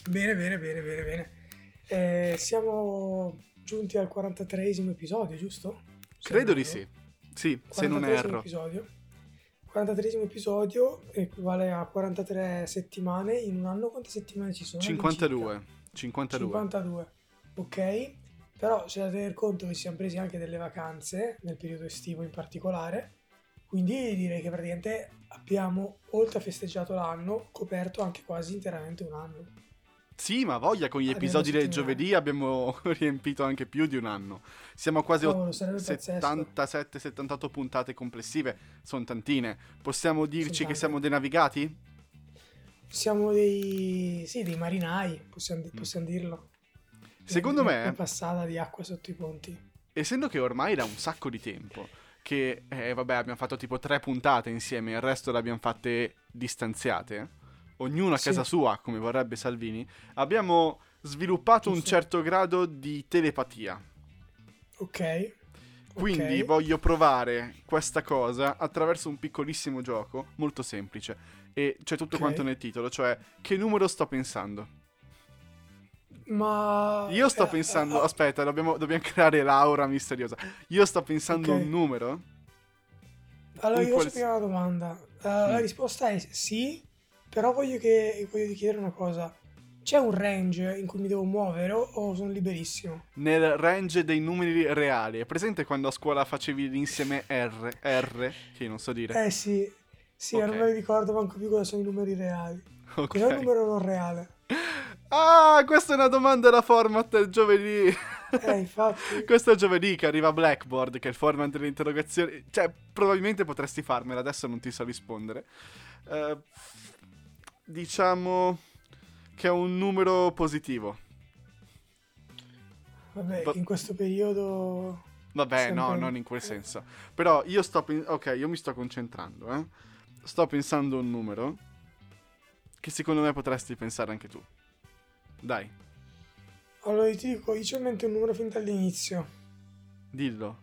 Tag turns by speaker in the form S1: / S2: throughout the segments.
S1: Bene, bene, bene, bene, bene. Siamo giunti al 43esimo episodio, giusto? Se non
S2: Credo di
S1: erro.
S2: sì. Sì, se non
S1: 43esimo
S2: erro.
S1: episodio. 43esimo episodio equivale a 43 settimane. In un anno quante settimane ci sono all'incirca?
S2: 52. 52.
S1: 52. Ok, però c'è da tener conto che ci siamo presi anche delle vacanze, nel periodo estivo in particolare. Quindi direi che praticamente abbiamo, oltre a festeggiato l'anno, coperto anche quasi interamente un anno.
S2: Sì, ma voglia, con gli
S1: A livello
S2: episodi del
S1: settimanale.
S2: giovedì abbiamo riempito anche più di un anno. Siamo a quasi
S1: Cavolo, sarebbe pazzesco.
S2: 77-78 puntate complessive. Sono tantine. Possiamo
S1: Sono
S2: dirci che
S1: tante.
S2: siamo dei navigati?
S1: Siamo dei, sì, dei marinai,
S2: Mm.
S1: possiamo dirlo.
S2: Secondo
S1: La
S2: me,
S1: passata di acqua sotto i ponti.
S2: essendo che ormai da un sacco di tempo che, vabbè, abbiamo fatto tipo 3 puntate insieme, il resto le abbiamo fatte distanziate, ognuno a casa
S1: Sì,
S2: sua, come vorrebbe Salvini, abbiamo sviluppato un
S1: giusto.
S2: certo grado di telepatia.
S1: Ok, ok,
S2: Quindi voglio provare questa cosa attraverso un piccolissimo gioco, molto semplice, e c'è tutto
S1: ok.
S2: quanto nel titolo, cioè che numero sto pensando.
S1: Ma...
S2: Io sto pensando, aspetta, dobbiamo creare l'aura misteriosa. Io sto
S1: ok.
S2: pensando un numero,
S1: Allora
S2: un
S1: io faccio
S2: quals...
S1: prima una domanda. La
S2: Mm.
S1: risposta è sì, però voglio chiedere una cosa. C'è un range in cui mi devo muovere o sono liberissimo?
S2: Nel range dei numeri reali. È presente quando a scuola facevi l'insieme R, che io non so dire?
S1: Sì, sì,
S2: Ok,
S1: non me li ricordo manco più cosa sono i numeri reali. Cos'è un
S2: ok.
S1: numero non reale?
S2: Ah, questa è una domanda da format del giovedì.
S1: Infatti,
S2: Questo è giovedì che arriva Blackboard, che è il format delle interrogazioni. Cioè, probabilmente potresti farmela, adesso non ti so rispondere. Eh, diciamo che è un numero positivo.
S1: vabbè,
S2: Va-
S1: in questo periodo
S2: vabbè, no,
S1: sempre...
S2: non in quel senso. Però io ok, io mi sto concentrando, eh. Sto pensando un numero che secondo me potresti pensare anche tu. Dai,
S1: Allora io ti dico, io ci ho in mente un numero fin dall'inizio.
S2: dillo.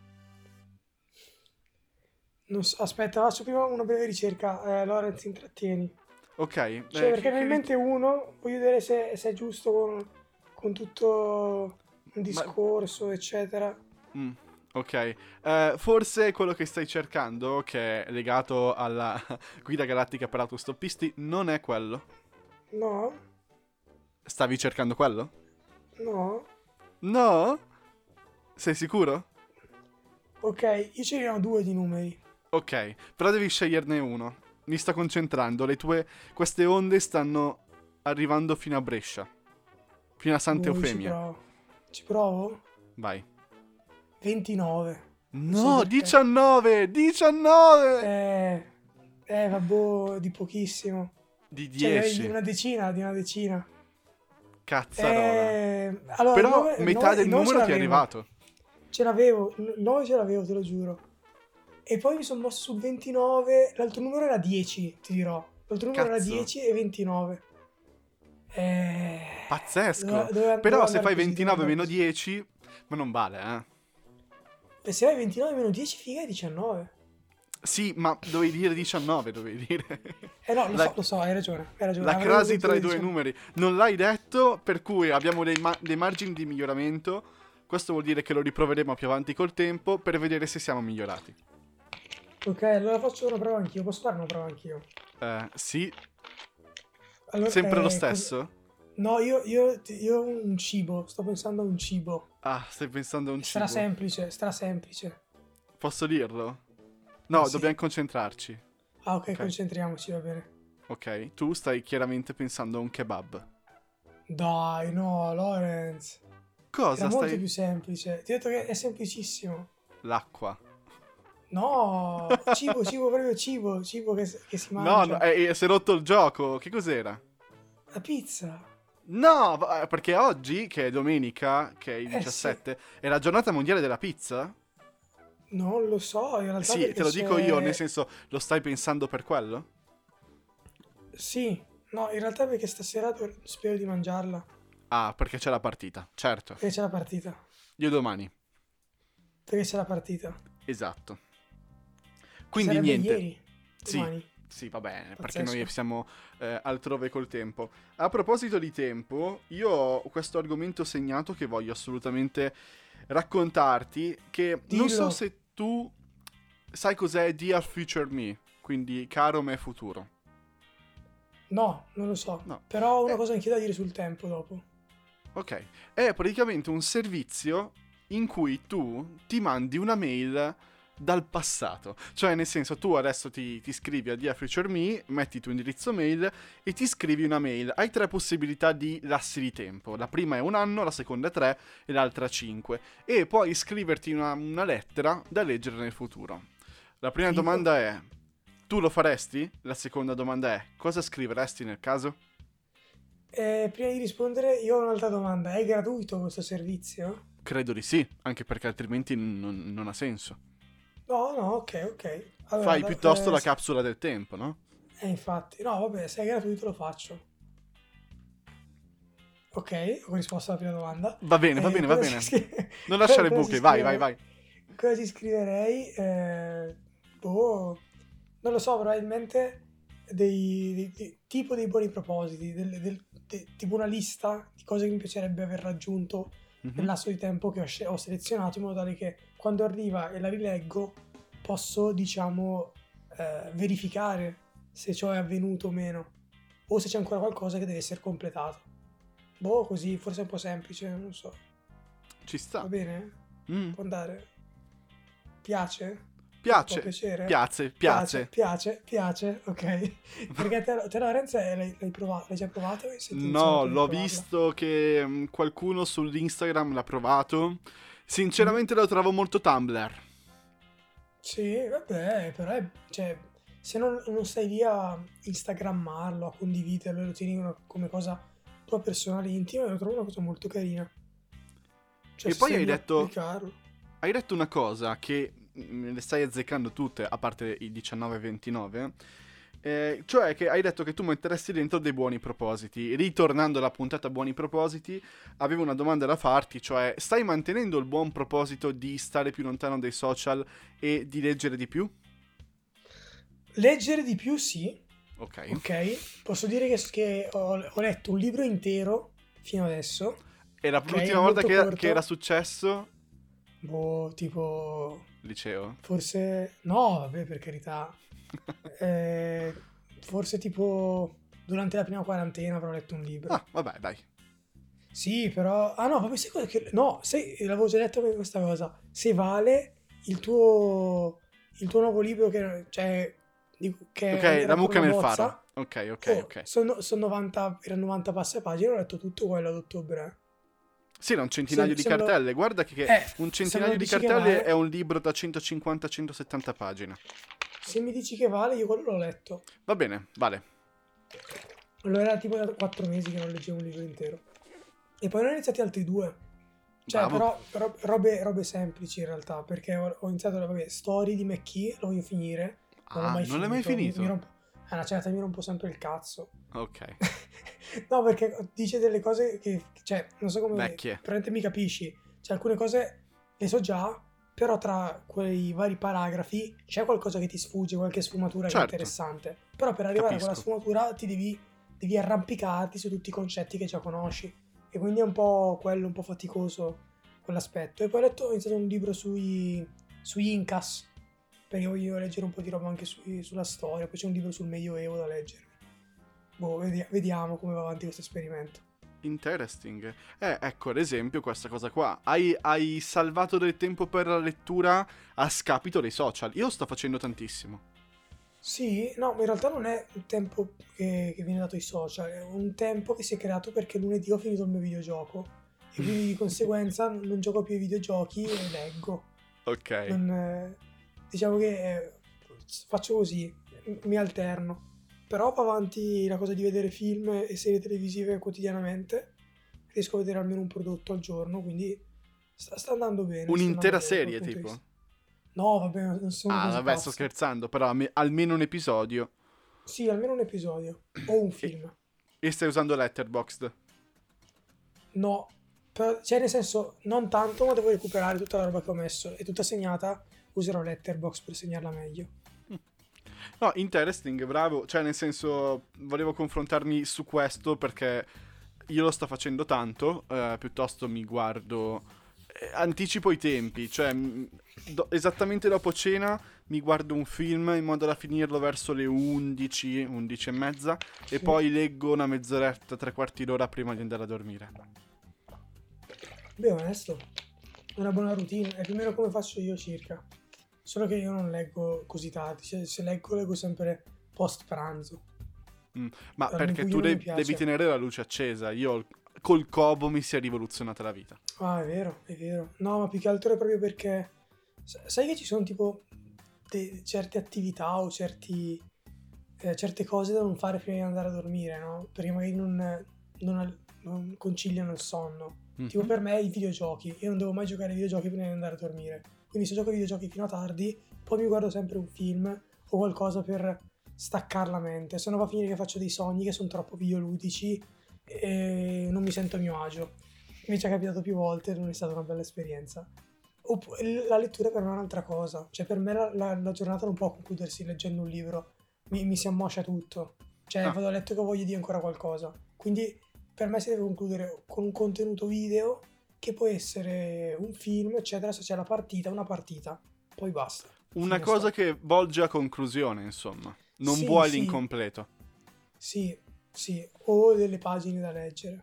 S1: Non so, aspetta, faccio prima una breve ricerca. Lorenz, intrattieni.
S2: Ok,
S1: Cioè, perché ne ho in mente uno, voglio vedere se è giusto con tutto un
S2: ma
S1: discorso, eccetera.
S2: mm, ok. Forse quello che stai cercando, che è legato alla guida galattica per autostoppisti, non è quello.
S1: No?
S2: Stavi cercando quello?
S1: No?
S2: No? Sei sicuro?
S1: Ok, io ce ne ho due di numeri.
S2: Ok, però devi sceglierne uno. Mi sto concentrando, queste onde stanno arrivando fino a Brescia, fino a Santa
S1: Boh, io ci
S2: Eufemia.
S1: provo. Ci provo?
S2: Vai.
S1: 29. Non so
S2: No,
S1: perché.
S2: 19! 19!
S1: Eh, vabbè, di pochissimo.
S2: Di
S1: Cioè, di
S2: 10.
S1: una decina, di una decina.
S2: Cazzarola.
S1: Allora,
S2: Però metà del
S1: il 9 ce
S2: numero ti è
S1: l'avevo.
S2: arrivato.
S1: Ce l'avevo, il 9 ce l'avevo, te lo giuro. E poi mi sono mosso sul 29, l'altro numero era 10, ti dirò. L'altro numero era
S2: Cazzo.
S1: 10 e 29.
S2: Pazzesco.
S1: Doveva
S2: Però se
S1: andare
S2: fai
S1: così, doveva
S2: 29
S1: andare
S2: meno
S1: così.
S2: 10, ma non vale, eh.
S1: E se vai 29 meno 10, figa è 19.
S2: Sì, ma dovevi dire 19, dovevi dire.
S1: Eh no,
S2: La,
S1: lo so, hai ragione, hai ragione.
S2: la
S1: Avrei
S2: crasi
S1: voluto
S2: tra i
S1: dire
S2: due
S1: 19.
S2: numeri. Non l'hai detto, per cui abbiamo dei margini di miglioramento. Questo vuol dire che lo riproveremo più avanti col tempo per vedere se siamo migliorati.
S1: Ok, allora faccio una prova anch'io. Posso fare una prova anch'io?
S2: Sì,
S1: Allora,
S2: sempre lo stesso?
S1: no, io ho un cibo. Sto pensando a un cibo.
S2: Ah, stai pensando a un
S1: Stra
S2: cibo.
S1: semplice, stra semplice.
S2: Posso dirlo?
S1: Ma
S2: No,
S1: sì.
S2: dobbiamo concentrarci.
S1: Ah, ok,
S2: Ok,
S1: concentriamoci, va bene.
S2: ok. Tu stai chiaramente pensando a un kebab.
S1: Dai, no, Lorenz. Era
S2: Cosa
S1: molto
S2: stai...
S1: più semplice. Ti ho detto che è semplicissimo.
S2: L'acqua.
S1: No, cibo, proprio cibo che si
S2: No, no,
S1: mangia.
S2: si è rotto il gioco. Che cos'era?
S1: La pizza.
S2: No, perché oggi, che è domenica, che è il
S1: Sì,
S2: 17, è la giornata mondiale della pizza?
S1: non lo so, in realtà
S2: Sì,
S1: perché
S2: te lo dico io, nel
S1: c'è...
S2: senso, lo stai pensando per quello?
S1: Sì, no, in realtà perché stasera spero di mangiarla.
S2: Ah, perché c'è la partita, certo.
S1: Perché c'è la partita.
S2: Io domani.
S1: Perché c'è la partita.
S2: Esatto.
S1: Che
S2: Quindi
S1: sarebbe
S2: niente.
S1: ieri,
S2: Sì,
S1: domani.
S2: Sì, va bene, perché
S1: Pazzesco.
S2: noi siamo altrove col tempo. A proposito di tempo, io ho questo argomento segnato che voglio assolutamente raccontarti, che non so
S1: Dillo.
S2: se tu sai cos'è Dear Future Me, quindi caro me futuro.
S1: No, non lo so.
S2: No.
S1: Però ho una
S2: Eh,
S1: cosa anche da dire sul tempo dopo.
S2: ok, è praticamente un servizio in cui tu ti mandi una mail dal passato. Cioè, nel senso, tu adesso ti scrivi a Dear Future Me, metti il tuo indirizzo mail e ti scrivi una mail. Hai 3 possibilità di lassi di tempo. La prima è 1 anno, la seconda è 3 e l'altra 5. E puoi scriverti una lettera da leggere nel futuro. La prima
S1: Figo.
S2: domanda è: tu lo faresti? La seconda domanda è: cosa scriveresti nel caso?
S1: Prima di rispondere, io ho un'altra domanda. È gratuito questo servizio?
S2: Credo di sì, anche perché altrimenti non ha senso.
S1: No, no, ok, ok. Allora,
S2: Fai piuttosto la capsula del tempo, no?
S1: infatti, no, vabbè, se è gratuito lo faccio. Ok, ho risposto alla prima domanda.
S2: Va bene, va bene, va
S1: Cosa
S2: bene. Non
S1: cosa
S2: lasciare buchi,
S1: ci
S2: vai, vai,
S1: scriverei?
S2: vai.
S1: Cosa ci scriverei? Boh, non lo so, probabilmente tipo dei buoni propositi, tipo una lista di cose che mi piacerebbe aver raggiunto nel
S2: Mhm.
S1: lasso di tempo che ho selezionato, in modo tale che quando arriva e la rileggo posso, diciamo, verificare se ciò è avvenuto o meno, o se c'è ancora qualcosa che deve essere completato. Boh, così, forse è un po' semplice, non so.
S2: Ci
S1: Va
S2: sta.
S1: bene?
S2: Mm.
S1: Può andare? Piace? Può
S2: Piace,
S1: piacere?
S2: piace, piace.
S1: Piace, ok. Perché te Lorenzo l'hai già provato o hai
S2: No,
S1: intenzionato di
S2: l'ho
S1: provarla?
S2: visto che qualcuno sull'Instagram l'ha provato.
S1: Mhm.
S2: Sinceramente lo trovo molto Tumblr.
S1: Sì, vabbè, però cioè, se non stai lì a instagrammarlo, a condividerlo e lo tieni come cosa tua personale intima, lo trovo una cosa molto carina. Cioè,
S2: E
S1: se
S2: poi
S1: stai lì a pubblicarlo.
S2: hai detto una cosa che me le stai azzeccando tutte, a parte i 19 e 29. Cioè che hai detto che tu metteresti dentro dei buoni propositi. Ritornando alla puntata buoni propositi, avevo una domanda da farti, cioè stai mantenendo il buon proposito di stare più lontano dai social e di leggere di più?
S1: Leggere di più, sì,
S2: Ok.
S1: ok. Posso dire che ho letto un libro intero fino adesso,
S2: E
S1: ok, è
S2: l'ultima volta
S1: molto
S2: che era
S1: corto.
S2: successo?
S1: Boh, tipo,
S2: Liceo.
S1: forse, no, vabbè, per carità. Eh, Forse tipo durante la prima quarantena avrò letto un libro.
S2: Ah, vabbè, dai.
S1: Sì, però, ah no, vabbè, sai cosa no, sai, l'avevo già detto questa cosa. Se vale il tuo nuovo libro che
S2: Ok,
S1: era
S2: la
S1: ancora
S2: mucca
S1: una
S2: nel faro.
S1: bozza.
S2: Ok, ok,
S1: Oh,
S2: ok.
S1: sono 90, erano 90 passapagine, ho letto tutto quello ad ottobre.
S2: Sì, era un centinaio di
S1: Se me lo,
S2: cartelle. Guarda che un
S1: se me lo
S2: centinaio di
S1: dici che
S2: cartelle è
S1: vale,
S2: un libro da 150-170 pagine.
S1: se mi dici che vale, io quello l'ho letto.
S2: Va bene, vale.
S1: Allora era tipo da 4 mesi che non leggevo un libro intero. E poi ne ho iniziati altri due. Cioè,
S2: Bravo.
S1: però robe semplici in realtà, perché ho iniziato, vabbè, Story di McKee, lo voglio finire, non l'ho
S2: Ah,
S1: mai
S2: non l'hai mai
S1: finito,
S2: finito?
S1: a una certa mi rompo sempre il cazzo.
S2: Ok.
S1: No, perché dice delle cose che, cioè, non so come,
S2: Vecchie.
S1: probabilmente mi capisci, cioè alcune cose le so già, però tra quei vari paragrafi c'è qualcosa che ti sfugge, qualche sfumatura che è
S2: Certo,
S1: interessante, però per arrivare a quella
S2: capisco.
S1: sfumatura devi arrampicarti su tutti i concetti che già conosci, e quindi è un po' quello, un po' faticoso quell'aspetto. E poi ho iniziato un libro sugli Incas, perché voglio leggere un po' di roba anche sulla storia, poi c'è un libro sul Medioevo da leggere. Boh, vediamo come va avanti questo esperimento.
S2: Interesting. Ecco, ad esempio, questa cosa qua. Hai salvato del tempo per la lettura a scapito dei social. Io lo sto facendo tantissimo.
S1: Sì, no, ma in realtà non è un tempo che viene dato ai social, è un tempo che si è creato perché lunedì ho finito il mio videogioco e quindi di conseguenza non gioco più ai videogiochi e leggo.
S2: Ok.
S1: Non, diciamo che faccio così, mi alterno. Però va avanti la cosa di vedere film e serie televisive quotidianamente, riesco a vedere almeno un prodotto al giorno, quindi sta andando bene, sta andando
S2: Un'intera
S1: bene da quel
S2: serie,
S1: punto di
S2: tipo.
S1: vista. No, vabbè, non sono
S2: Ah,
S1: così
S2: vabbè, sto
S1: pazzo.
S2: scherzando, però almeno un episodio.
S1: Sì, almeno un episodio. O un
S2: E,
S1: film.
S2: e stai usando Letterboxd.
S1: No, cioè nel senso, non tanto, ma devo recuperare tutta la roba che ho messo. È tutta segnata, userò Letterboxd per segnarla meglio.
S2: No, interesting, bravo. Cioè, nel senso, volevo confrontarmi su questo perché io lo sto facendo tanto, piuttosto mi guardo, anticipo i tempi, cioè esattamente dopo cena mi guardo un film in modo da finirlo verso le 11, 11 e mezza e
S1: Sì.
S2: poi leggo una mezz'oretta, tre quarti d'ora prima di andare a dormire.
S1: Beh, onesto, è una buona routine, è più o meno come faccio io circa. Solo che io non leggo così tardi, cioè se leggo sempre post pranzo.
S2: Ma
S1: Allora, in
S2: perché
S1: cui
S2: tu
S1: non mi
S2: devi
S1: piace.
S2: tenere la luce accesa, io col covo mi si è rivoluzionata la vita.
S1: Ah, è vero, è vero. No, ma più che altro è proprio perché sai che ci sono tipo certe attività o certe cose da non fare prima di andare a dormire, no? Perché magari non conciliano il sonno. Tipo
S2: Mhm.
S1: per me i videogiochi, io non devo mai giocare ai videogiochi prima di andare a dormire. Quindi se gioco ai videogiochi fino a tardi, poi mi guardo sempre un film o qualcosa per staccare la mente. Se no va a finire che faccio dei sogni che sono troppo videoludici e non mi sento a mio agio. Invece è capitato più volte e non è stata una bella esperienza. La lettura per me è un'altra cosa. Cioè per me la giornata non può concludersi leggendo un libro. Mi si ammoscia tutto. Cioè
S2: Ah,
S1: vado a letto che voglio dire ancora qualcosa. Quindi per me si deve concludere con un contenuto video che può essere un film, eccetera, se c'è la partita, una partita. Poi basta.
S2: una
S1: Fine
S2: cosa
S1: storia.
S2: che volge a conclusione, insomma. Non
S1: Sì,
S2: vuoi
S1: sì,
S2: l'incompleto.
S1: sì, sì. O delle pagine da leggere.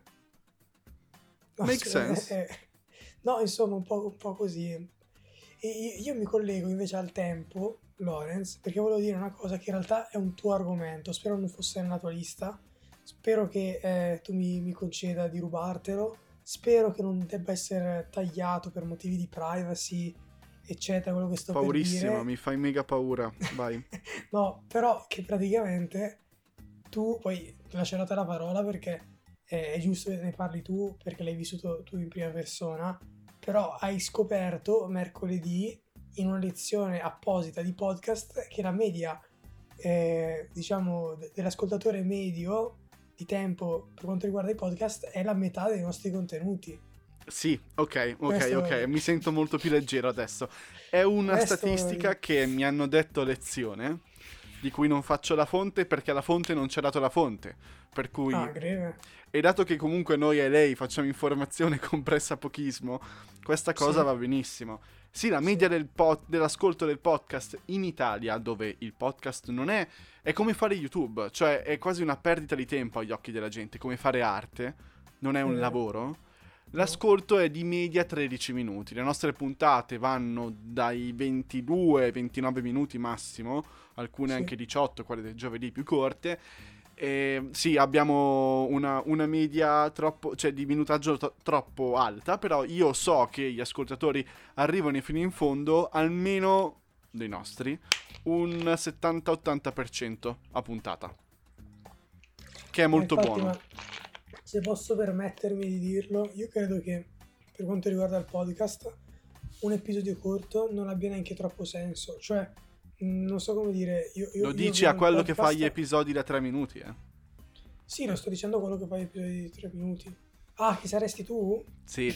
S1: No,
S2: Make sense.
S1: no, insomma, un po' così. E io mi collego invece al tempo, Lorenz, perché volevo dire una cosa che in realtà è un tuo argomento. Spero non fosse nella tua lista. Spero che tu mi conceda di rubartelo. Spero che non debba essere tagliato per motivi di privacy, eccetera, quello che sto per
S2: Paurissima,
S1: dire.
S2: mi fai mega paura. Vai.
S1: No, però che praticamente tu, poi lascerò te la parola perché è giusto che ne parli tu, perché l'hai vissuto tu in prima persona, però hai scoperto mercoledì in una lezione apposita di podcast che la media, diciamo, dell'ascoltatore medio di tempo per quanto riguarda i podcast è la metà dei nostri contenuti.
S2: Sì, ok,
S1: Questo,
S2: mi sento molto più leggero adesso. È una
S1: questo,
S2: statistica che mi hanno detto a lezione, di cui non faccio la fonte perché la fonte non ci ha dato la fonte. Per cui,
S1: greve,
S2: e dato che comunque noi e lei facciamo informazione con pressapochismo, questa cosa
S1: sì,
S2: va benissimo. Sì, la
S1: sì,
S2: media dell'ascolto del podcast in Italia, dove il podcast non è come fare YouTube, cioè è quasi una perdita di tempo agli occhi della gente, come fare arte, non è
S1: è
S2: un
S1: vero,
S2: lavoro.
S1: no,
S2: L'ascolto è di media 13 minuti. Le nostre puntate vanno dai 22 ai 29 minuti massimo, alcune
S1: sì.
S2: anche 18, quelle del giovedì più corte. E sì, abbiamo una media troppo, cioè di minutaggio troppo alta, però io so che gli ascoltatori arrivano fino in fondo, almeno dei nostri, un 70-80% a puntata, che è
S1: Ma
S2: molto
S1: infatti,
S2: buono.
S1: ma se posso permettermi di dirlo, io credo che per quanto riguarda il podcast, un episodio corto non abbia neanche troppo senso. Cioè, non so come dire,
S2: Lo
S1: io
S2: dici a
S1: vedo il
S2: quello che fa gli
S1: podcast.
S2: episodi da 3 minuti, eh?
S1: Sì, lo sto dicendo quello che fa gli episodi di 3 minuti. Ah, chi saresti tu?
S2: Sì.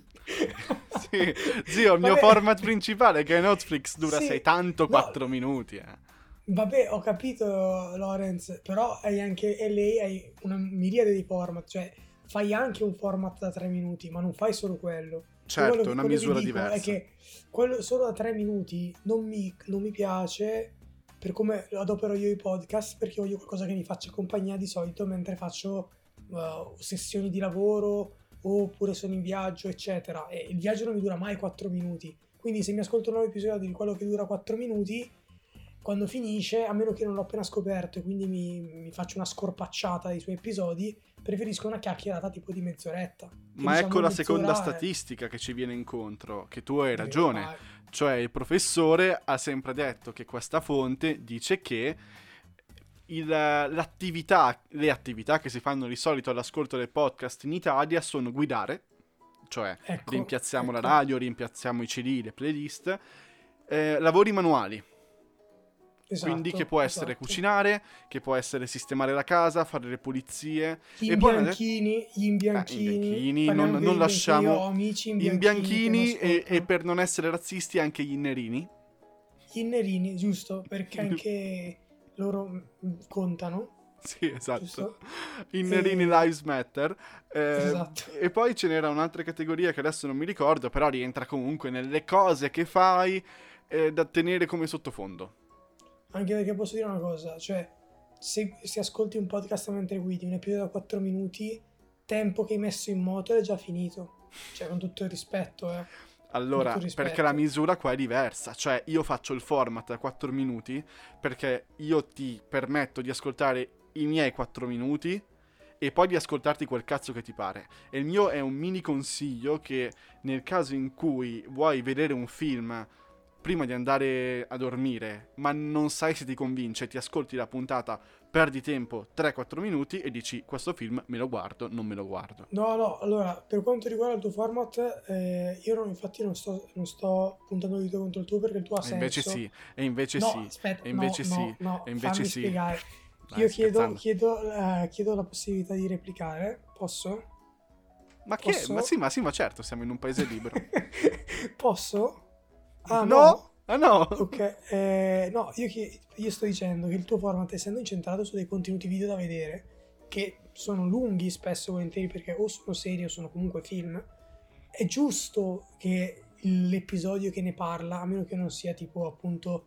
S2: Sì, zio, il mio
S1: Vabbè,
S2: format principale che è Netflix dura
S1: sì,
S2: sei tanto
S1: no,
S2: 4 minuti, eh.
S1: vabbè, ho capito, Lorenz, però hai anche, e lei hai una miriade di format, cioè fai anche un format da 3 minuti, ma non fai solo quello. Io
S2: Certo, è una
S1: quello che
S2: misura
S1: dico è
S2: diversa.
S1: che quello solo da 3 minuti non mi piace per come adopero io i podcast, perché voglio qualcosa che mi faccia compagnia di solito mentre faccio sessioni di lavoro oppure sono in viaggio, eccetera. E il viaggio non mi dura mai 4 minuti. Quindi se mi ascolto un nuovo episodio di quello che dura 4 minuti, quando finisce, a meno che non l'ho appena scoperto e quindi mi faccio una scorpacciata dei suoi episodi, preferisco una chiacchierata tipo di mezz'oretta. Che
S2: Ma ecco
S1: diciamo
S2: la seconda
S1: mezz'ora è...
S2: statistica che ci viene incontro, che tu hai
S1: Beh,
S2: ragione. Cioè il professore ha sempre detto che questa fonte dice che le attività che si fanno di solito all'ascolto del podcast in Italia sono guidare, cioè
S1: ecco,
S2: rimpiazziamo la
S1: ecco,
S2: radio, rimpiazziamo i CD, le playlist, lavori manuali. Quindi che
S1: esatto,
S2: può essere
S1: esatto.
S2: cucinare, che può essere sistemare la casa, fare le pulizie. E poi
S1: Gli imbianchini,
S2: imbianchini,
S1: parliamo
S2: non
S1: dei bianchini, io
S2: lasciamo
S1: ho amici imbianchini che mi
S2: imbianchini e
S1: ascoltano.
S2: per non essere razzisti anche gli nerini.
S1: Gli nerini, giusto, perché anche loro contano,
S2: Sì, esatto.
S1: giusto?
S2: I Nerini Lives Matter.
S1: Esatto.
S2: E poi ce n'era un'altra categoria che adesso non mi ricordo, però rientra comunque nelle cose che fai da tenere come sottofondo.
S1: Anche perché posso dire una cosa, cioè, se ascolti un podcast mentre guidi, un episodio da 4 minuti, tempo che hai messo in moto è già finito. Cioè, con tutto il rispetto,
S2: Allora,
S1: Tutto il rispetto.
S2: perché la misura qua è diversa, cioè io faccio il format a 4 minuti perché io ti permetto di ascoltare i miei 4 minuti e poi di ascoltarti quel cazzo che ti pare. E il mio è un mini consiglio che nel caso in cui vuoi vedere un film prima di andare a dormire, ma non sai se ti convince, ti ascolti la puntata, perdi tempo 3-4 minuti e dici questo film me lo guardo, non me lo guardo.
S1: No, allora, per quanto riguarda il tuo format, io infatti non sto puntando il dito contro il tuo perché il tuo ha
S2: E invece
S1: senso.
S2: sì, e invece
S1: No,
S2: sì,
S1: aspetta,
S2: e invece sì,
S1: no,
S2: e invece
S1: fammi
S2: sì.
S1: spiegare.
S2: Dai,
S1: Io
S2: scherzando.
S1: chiedo la possibilità di replicare, posso?
S2: Ma che?
S1: Posso?
S2: Ma certo, siamo in un paese libero.
S1: Posso? Ah,
S2: No?
S1: no?
S2: Ah no?
S1: Ok, no, io sto dicendo che il tuo format, essendo incentrato su dei contenuti video da vedere, che sono lunghi spesso e volentieri perché o sono serie o sono comunque film, è giusto che l'episodio che ne parla, a meno che non sia tipo appunto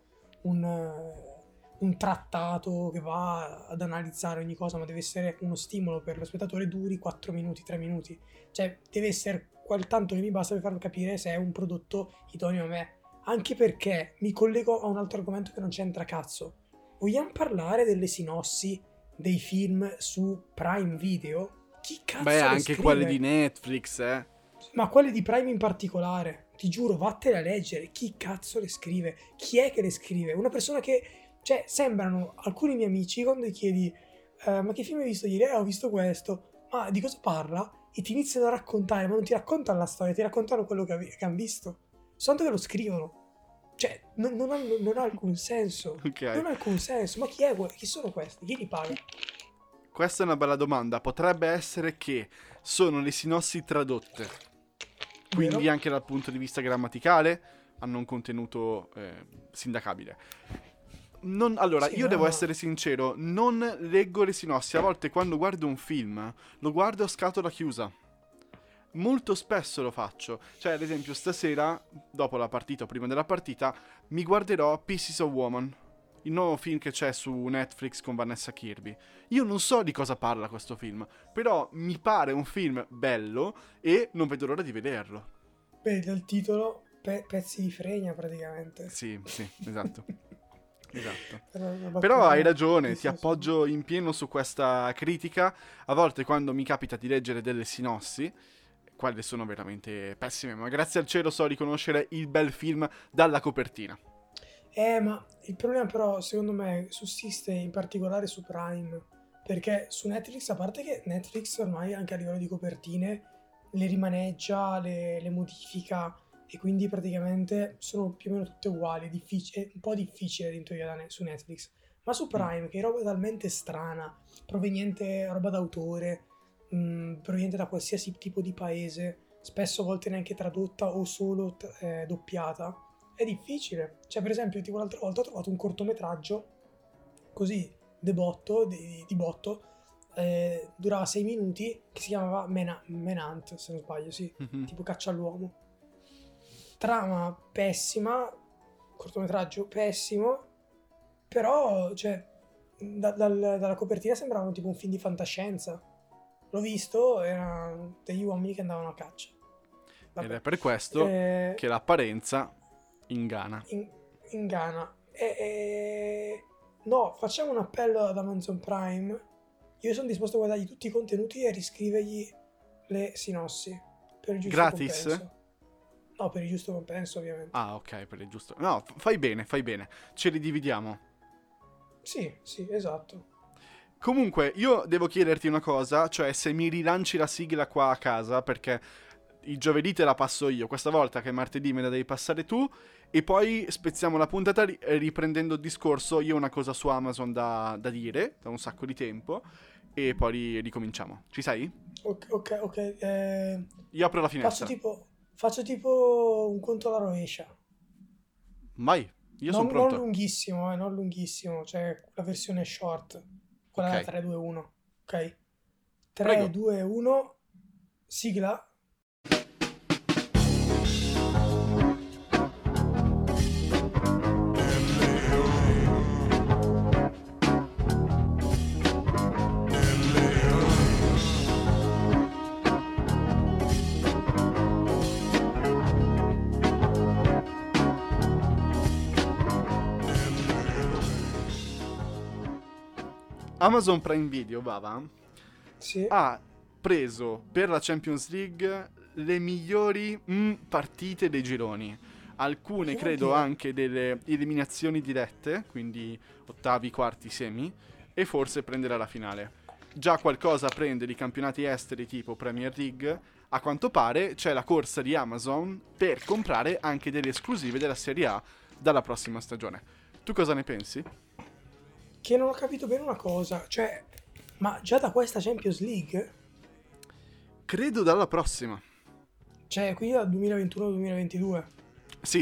S1: un trattato che va ad analizzare ogni cosa, ma deve essere uno stimolo per lo spettatore, duri 4 minuti, 3 minuti. Cioè, deve essere quel tanto che mi basta per farlo capire se è un prodotto idoneo a me. Anche perché mi collego a un altro argomento che non c'entra cazzo. Vogliamo parlare delle sinossi dei film su Prime Video? Chi cazzo
S2: Beh,
S1: le
S2: anche
S1: scrive?
S2: quelle di Netflix,
S1: Ma quelle di Prime in particolare, ti giuro, vattene a leggere. Chi cazzo le scrive? Chi è che le scrive? Una persona che, cioè, sembrano alcuni miei amici quando gli chiedi ma che film hai visto ieri? Ho visto questo. Ma di cosa parla? E ti iniziano a raccontare, ma non ti raccontano la storia, ti raccontano quello che hanno visto. Soltanto che lo scrivono. Cioè, non ha alcun senso.
S2: Ok.
S1: Non ha alcun senso. Ma chi è? Chi sono questi? Chi li paga?
S2: Questa è una bella domanda. Potrebbe essere che sono le sinossi tradotte. Quindi
S1: Vero?
S2: anche dal punto di vista grammaticale hanno un contenuto sindacabile. Allora,
S1: Sì,
S2: io devo
S1: no.
S2: essere sincero, non leggo le sinossi. A volte quando guardo un film, lo guardo a scatola chiusa. Molto spesso lo faccio. Cioè, ad esempio, stasera, dopo la partita o prima della partita, mi guarderò Pieces of Woman, il nuovo film che c'è su Netflix con Vanessa Kirby. Io non so di cosa parla questo film, però mi pare un film bello e non vedo l'ora di vederlo.
S1: Beh, dal titolo, pezzi di fregna praticamente.
S2: Sì, esatto. Esatto.
S1: Però
S2: Però hai ragione,
S1: sì,
S2: ti
S1: sì.
S2: appoggio in pieno su questa critica. A volte quando mi capita di leggere delle sinossi, quelle sono veramente pessime, ma grazie al cielo so riconoscere il bel film dalla copertina.
S1: Ma il problema però, secondo me, sussiste in particolare su Prime, perché su Netflix, a parte che Netflix ormai anche a livello di copertine le rimaneggia, le modifica e quindi praticamente sono più o meno tutte uguali, è un po' difficile in teoria su Netflix, ma su Prime, che è roba talmente strana, proveniente roba d'autore, proveniente da qualsiasi tipo di paese, spesso a volte neanche tradotta o solo doppiata, è difficile. Cioè, per esempio, tipo l'altra volta ho trovato un cortometraggio così di botto, durava 6 minuti, che si chiamava Menant, se non sbaglio, sì, tipo caccia all'uomo. Trama pessima, cortometraggio pessimo, però, cioè, dalla copertina sembrava tipo un film di fantascienza. L'ho visto, erano degli uomini che andavano a caccia. Vabbè.
S2: Ed è per questo che l'apparenza inganna.
S1: Inganna. No, facciamo un appello ad Amazon Prime. Io sono disposto a guardargli tutti i contenuti e riscrivergli le sinossi. Per il giusto
S2: Gratis?
S1: compenso. No, per il giusto compenso, ovviamente.
S2: Ah, ok, per il giusto. No, fai bene. Ce li dividiamo.
S1: Sì, esatto.
S2: Comunque, io devo chiederti una cosa, cioè se mi rilanci la sigla qua a casa, perché il giovedì te la passo io, questa volta che è martedì me la devi passare tu, e poi spezziamo la puntata riprendendo il discorso. Io ho una cosa su Amazon da dire, da un sacco di tempo, e poi ricominciamo. Ci sei?
S1: Ok.
S2: Io apro la finestra.
S1: Faccio tipo un conto alla rovescia.
S2: Vai. Io sono
S1: Non
S2: pronto.
S1: lunghissimo, non lunghissimo, cioè la versione short, quella da
S2: Ok,
S1: 3-2-1, ok?
S2: prego.
S1: 3-2-1, sigla.
S2: Amazon Prime Video, Bava,
S1: Sì.
S2: ha preso per la Champions League le migliori partite dei gironi. Alcune
S1: Che vuol
S2: credo
S1: dire?
S2: anche delle eliminazioni dirette, quindi ottavi, quarti, semi, e forse prenderà la finale. Già qualcosa prende di campionati esteri tipo Premier League. A quanto pare c'è la corsa di Amazon per comprare anche delle esclusive della Serie A dalla prossima stagione. Tu cosa ne pensi?
S1: Che non ho capito bene una cosa, cioè, ma già da questa Champions League?
S2: Credo dalla prossima.
S1: Cioè, qui dal 2021-2022.
S2: Sì,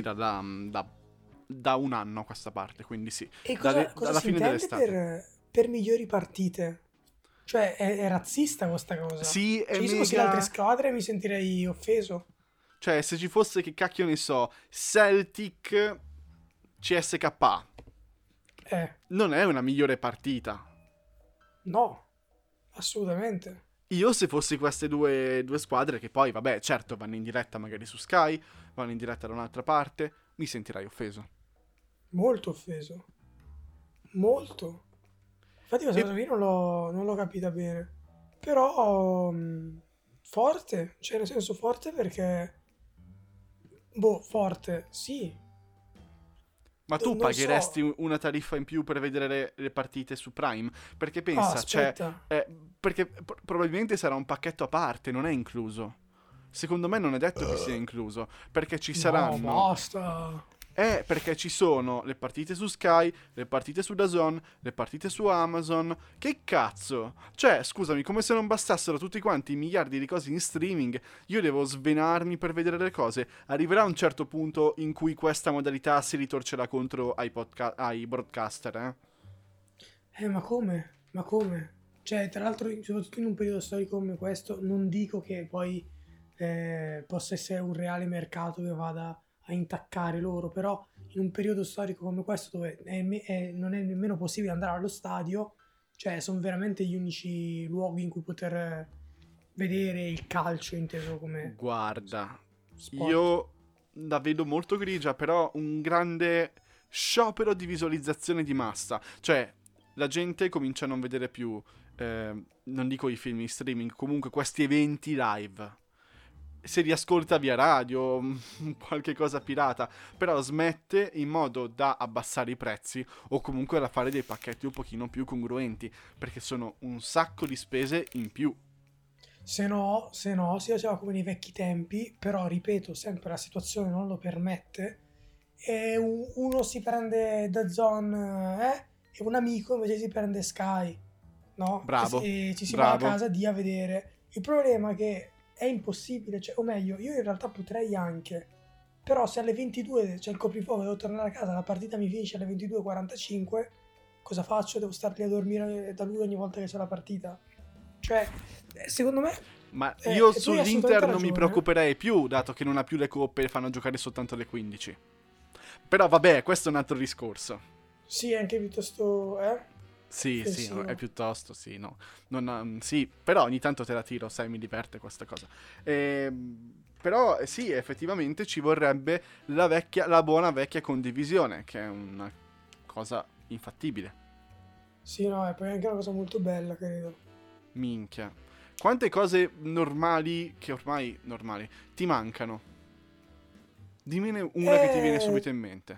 S2: da un anno a questa parte, quindi sì.
S1: E cosa
S2: Dalla
S1: si
S2: fine
S1: intende
S2: dell'estate.
S1: per migliori partite? Cioè, è razzista questa cosa?
S2: Sì, è
S1: Cioè, io se fossi le altre
S2: mega...
S1: squadre mi sentirei offeso.
S2: Cioè, se ci fosse, che cacchio ne so, Celtic CSKA,
S1: Eh,
S2: non è una migliore partita.
S1: no, assolutamente.
S2: Io se fossi queste due squadre, che poi, vabbè, certo, vanno in diretta magari su Sky, vanno in diretta da un'altra parte, mi sentirei offeso.
S1: Molto offeso. Molto. Infatti questa
S2: E
S1: cosa qui non l'ho capita bene. Però, forte. Cioè, nel senso forte perché... Boh, forte, sì.
S2: Ma tu
S1: Non so.
S2: pagheresti una tariffa in più per vedere le partite su Prime? Perché
S1: Ah,
S2: pensa, cioè,
S1: aspetta.
S2: perché probabilmente sarà un pacchetto a parte, non è incluso. Secondo me non è detto che sia incluso, perché ci
S1: No,
S2: saranno...
S1: basta.
S2: Perché ci sono le partite su Sky, le partite su DAZN, le partite su Amazon. Che cazzo? Cioè, scusami, come se non bastassero tutti quanti i miliardi di cose in streaming, io devo svenarmi per vedere le cose. Arriverà un certo punto in cui questa modalità si ritorcerà contro ai broadcaster, eh?
S1: Ma come? Ma come? Cioè, tra l'altro, soprattutto in un periodo storico come questo, non dico che poi possa essere un reale mercato che vada a intaccare loro, però in un periodo storico come questo dove non è nemmeno possibile andare allo stadio, cioè sono veramente gli unici luoghi in cui poter vedere il calcio inteso come
S2: Guarda,
S1: sport.
S2: io la vedo molto grigia, però un grande sciopero di visualizzazione di massa. Cioè, la gente comincia a non vedere più, non dico i film in streaming, comunque questi eventi live. Se li ascolta via radio, qualche cosa pirata, però smette in modo da abbassare i prezzi o comunque da fare dei pacchetti un pochino più congruenti, perché sono un sacco di spese in più.
S1: Se no, si faceva come nei vecchi tempi, però ripeto, sempre la situazione non lo permette, e uno si prende DAZN, e un amico invece si prende Sky, no?
S2: Bravo,
S1: E ci si va a
S2: bravo.
S1: casa di a vedere. Il problema è che è impossibile, cioè, o meglio, io in realtà potrei anche, però se alle 22 c'è il coprifuoco e devo tornare a casa, la partita mi finisce alle 22:45, cosa faccio? Devo star lì a dormire da lui ogni volta che c'è la partita? Cioè, secondo me,
S2: Ma io
S1: e tu hai assolutamente
S2: sull'Inter non mi
S1: ragione.
S2: preoccuperei più, dato che non ha più le coppe e fanno giocare soltanto alle 15. Però vabbè, questo è un altro discorso.
S1: Sì, è anche piuttosto,
S2: Sì, sì, no, è
S1: offensivo.
S2: piuttosto, sì, no. Sì, però ogni tanto te la tiro, sai, mi diverte questa cosa. Però sì, effettivamente ci vorrebbe la buona vecchia condivisione, che è una cosa infattibile.
S1: Sì, no, è poi anche una cosa molto bella, credo.
S2: Minchia. Quante cose normali, che ormai normali, ti mancano? Dimmene una che ti viene
S1: E
S2: subito in mente.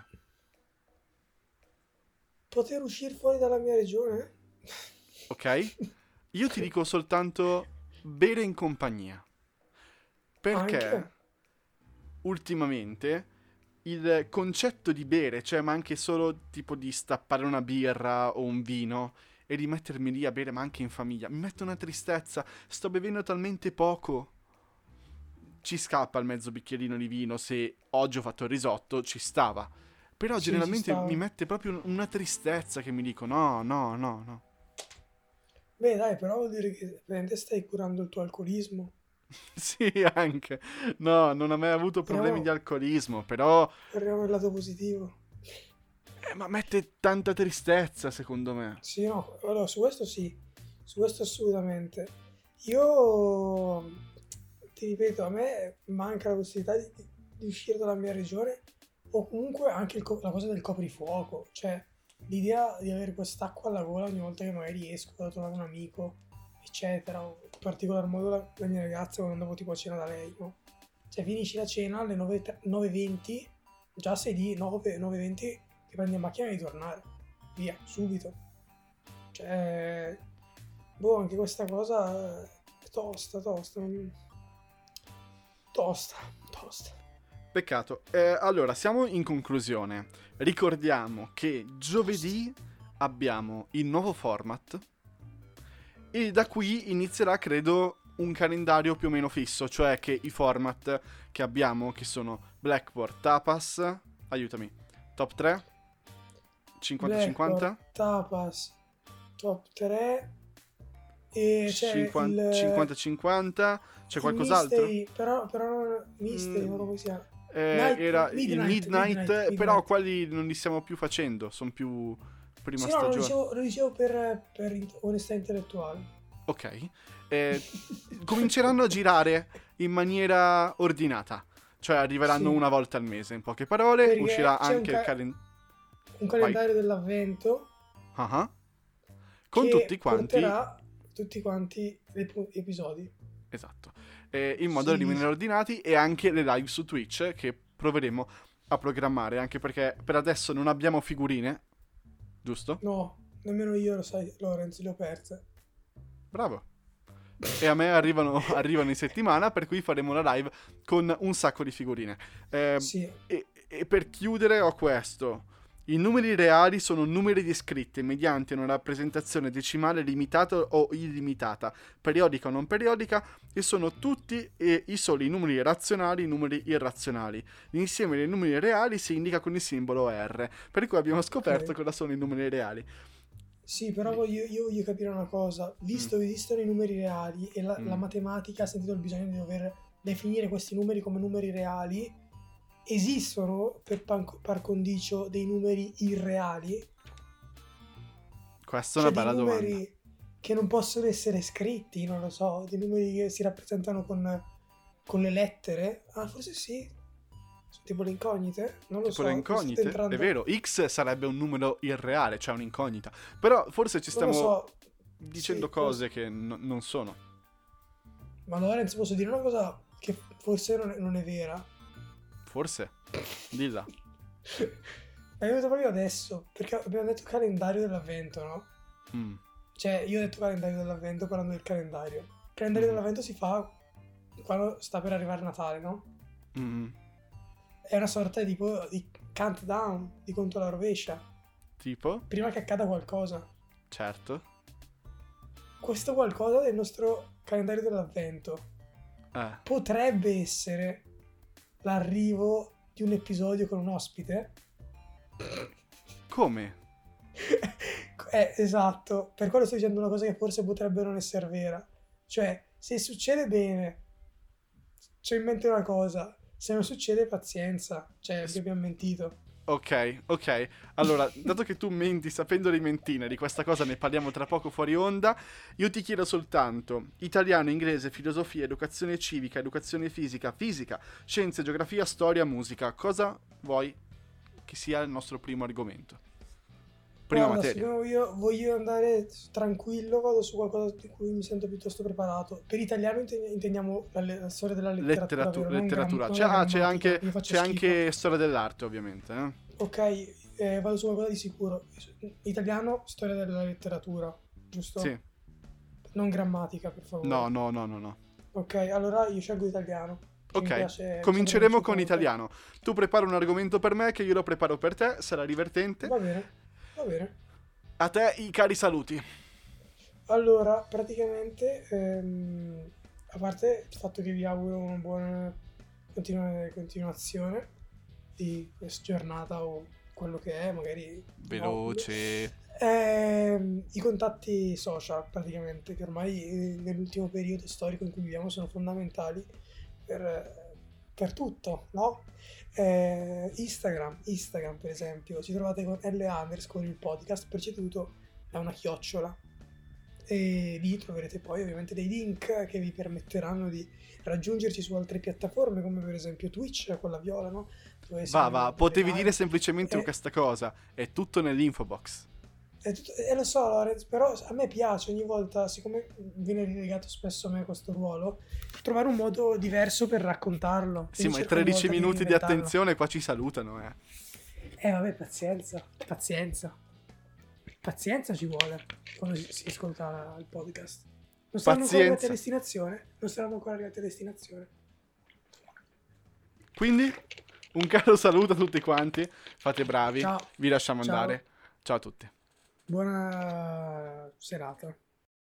S1: poter uscire fuori dalla mia regione?
S2: Ok? Io ti dico soltanto bere in compagnia. Perché
S1: Anche?
S2: ultimamente il concetto di bere, cioè ma anche solo tipo di stappare una birra o un vino e di mettermi lì a bere, ma anche in famiglia, mi mette una tristezza. Sto bevendo talmente poco. Ci scappa il mezzo bicchierino di vino, se oggi ho fatto il risotto, ci stava. Però
S1: Sì, ci
S2: generalmente
S1: sta.
S2: mi mette proprio una tristezza che mi dico no, no, no, no.
S1: Beh, dai, però vuol dire che veramente stai curando il tuo alcolismo.
S2: Sì, anche. No, non ho mai avuto problemi di
S1: Guardiamo,
S2: alcolismo, però
S1: guardiamo il lato positivo.
S2: ma mette tanta tristezza secondo me.
S1: Sì, no, allora su questo sì, su questo assolutamente. Io ti ripeto, a me manca la possibilità di uscire dalla mia regione o comunque anche la cosa del coprifuoco, cioè l'idea di avere quest'acqua alla gola ogni volta che magari esco, vado a trovare un amico, eccetera, o in particolar modo la mia ragazza quando andavo tipo a cena da lei, no? Cioè finisci la cena alle 9:20, già sei di 9:20 che prendi la macchina e devi tornare, via, subito. Cioè, boh, anche questa cosa è tosta, tosta, tosta, tosta.
S2: Peccato. Allora, siamo in conclusione. Ricordiamo che giovedì abbiamo il nuovo format e da qui inizierà, credo, un calendario più o meno fisso, cioè che i format che abbiamo, che sono Blackboard, Tapas, aiutami, top 3,
S1: Blackboard,
S2: 50-50,
S1: Tapas, top 3 e c'è
S2: 50-50, c'è
S1: il
S2: qualcos'altro?
S1: Mystery, però Mystery, non
S2: Mm,
S1: lo come si chiama?
S2: era il
S1: Midnight, Midnight,
S2: Midnight, però
S1: Midnight.
S2: quelli non li stiamo più facendo, sono più prima
S1: Sì, no,
S2: stagione.
S1: lo dicevo per onestà intellettuale.
S2: Ok. Cominceranno a girare in maniera ordinata, cioè arriveranno
S1: Sì,
S2: una volta al mese, in poche parole,
S1: perché
S2: uscirà
S1: c'è
S2: anche il calendario.
S1: un
S2: Vai.
S1: calendario dell'avvento
S2: Ah ah. Con tutti
S1: che
S2: quanti.
S1: porterà tutti quanti gli episodi.
S2: Esatto. In modo da
S1: Sì,
S2: rimanere ordinati e anche le live su Twitch che proveremo a programmare, anche perché per adesso non abbiamo figurine, giusto?
S1: no, nemmeno io lo sai, Lorenzo, le ho perse.
S2: Bravo. E a me arrivano in settimana, per cui faremo la live con un sacco di figurine.
S1: Sì,
S2: E per chiudere ho questo. I numeri reali sono numeri descritti mediante una rappresentazione decimale limitata o illimitata, periodica o non periodica, e sono tutti i soli numeri razionali e numeri irrazionali. L'insieme dei numeri reali si indica con il simbolo R, per cui abbiamo scoperto
S1: ok.
S2: cosa sono i numeri reali.
S1: Sì, però io voglio capire una cosa.
S2: Mm,
S1: Visto che esistono i numeri reali e la
S2: mm.
S1: matematica ha sentito il bisogno di dover definire questi numeri come numeri reali, esistono par condicio dei numeri irreali?
S2: Questa è una
S1: Cioè dei
S2: bella domanda.
S1: numeri che non possono essere scritti, non lo so, dei numeri che si rappresentano con le lettere? Ah, forse sì. Sono tipo le incognite? Non lo
S2: Tipo le
S1: so, mi sto
S2: incognite, è
S1: entrando.
S2: vero, X sarebbe un numero irreale, cioè un'incognita. Però forse ci
S1: Non lo
S2: stiamo
S1: so.
S2: dicendo
S1: Sì,
S2: cose
S1: forse.
S2: che non sono.
S1: Ma Lorenzo, posso dire una cosa che forse non è vera?
S2: Forse? Dilla.
S1: Mi è venuto proprio adesso, perché abbiamo detto calendario dell'avvento, no?
S2: Mm,
S1: Cioè, io ho detto calendario dell'avvento parlando del calendario. Il calendario
S2: mhm,
S1: dell'avvento si fa quando sta per arrivare Natale, no?
S2: mhm.
S1: È una sorta di, tipo di countdown, di conto alla rovescia,
S2: Tipo?
S1: prima che accada qualcosa.
S2: Certo.
S1: Questo qualcosa del nostro calendario dell'avvento
S2: Eh,
S1: potrebbe essere l'arrivo di un episodio con un ospite.
S2: come?
S1: Esatto, per quello sto dicendo una cosa che forse potrebbe non essere vera. Cioè, se succede bene, c'ho in mente una cosa, se non succede pazienza, cioè vi
S2: S-
S1: abbiamo mentito.
S2: Ok, ok. Allora, dato che tu menti sapendo di mentire, di questa cosa ne parliamo tra poco fuori onda, io ti chiedo soltanto italiano, inglese, filosofia, educazione civica, educazione fisica, fisica, scienze, geografia, storia, musica. Cosa vuoi che sia il nostro primo argomento? Prima
S1: Guarda,
S2: materia.
S1: siccome voglio andare tranquillo, vado su qualcosa di cui mi sento piuttosto preparato. Per italiano intendiamo la storia della letteratura, vero?
S2: Letteratura.
S1: Non la grammatica, io faccio
S2: C'è
S1: schifo.
S2: anche storia dell'arte, ovviamente.
S1: Ok, vado su qualcosa di sicuro. Italiano, storia della letteratura,
S2: Sì.
S1: giusto? Non grammatica, per
S2: No,
S1: favore.
S2: no, no, no, no.
S1: Ok, allora io scelgo italiano, che
S2: Ok,
S1: mi sa che mi
S2: cominceremo
S1: piace
S2: con
S1: molto.
S2: italiano. Tu prepara un argomento per me che io lo preparo per te, sarà divertente.
S1: Va bene, va bene.
S2: A te i cari saluti.
S1: Allora, praticamente, a parte il fatto che vi auguro una buona continuazione di questa giornata o quello che è, magari
S2: veloce.
S1: I contatti social praticamente, che ormai nell'ultimo periodo storico in cui viviamo sono fondamentali per tutto, no? Instagram per esempio, ci trovate con L_ il podcast preceduto da una chiocciola, e lì troverete poi ovviamente dei link che vi permetteranno di raggiungerci su altre piattaforme come per esempio Twitch con la viola, no?
S2: Va, potevi dire semplicemente
S1: Eh,
S2: questa cosa, è tutto nell'info box.
S1: lo so Lorenz, però a me piace ogni volta, siccome viene relegato spesso a me questo ruolo, trovare un modo diverso per raccontarlo.
S2: Sì,
S1: Quindi
S2: ma i
S1: cerco ogni
S2: 13
S1: volta di
S2: minuti di
S1: reinventarlo.
S2: attenzione qua ci salutano, eh.
S1: Vabbè, pazienza ci vuole quando si ascolta il podcast. Non saranno ancora arrivati a destinazione?
S2: Quindi, un caro saluto a tutti quanti, fate bravi,
S1: Ciao.
S2: vi lasciamo
S1: Ciao.
S2: andare. Ciao a tutti.
S1: Buona serata.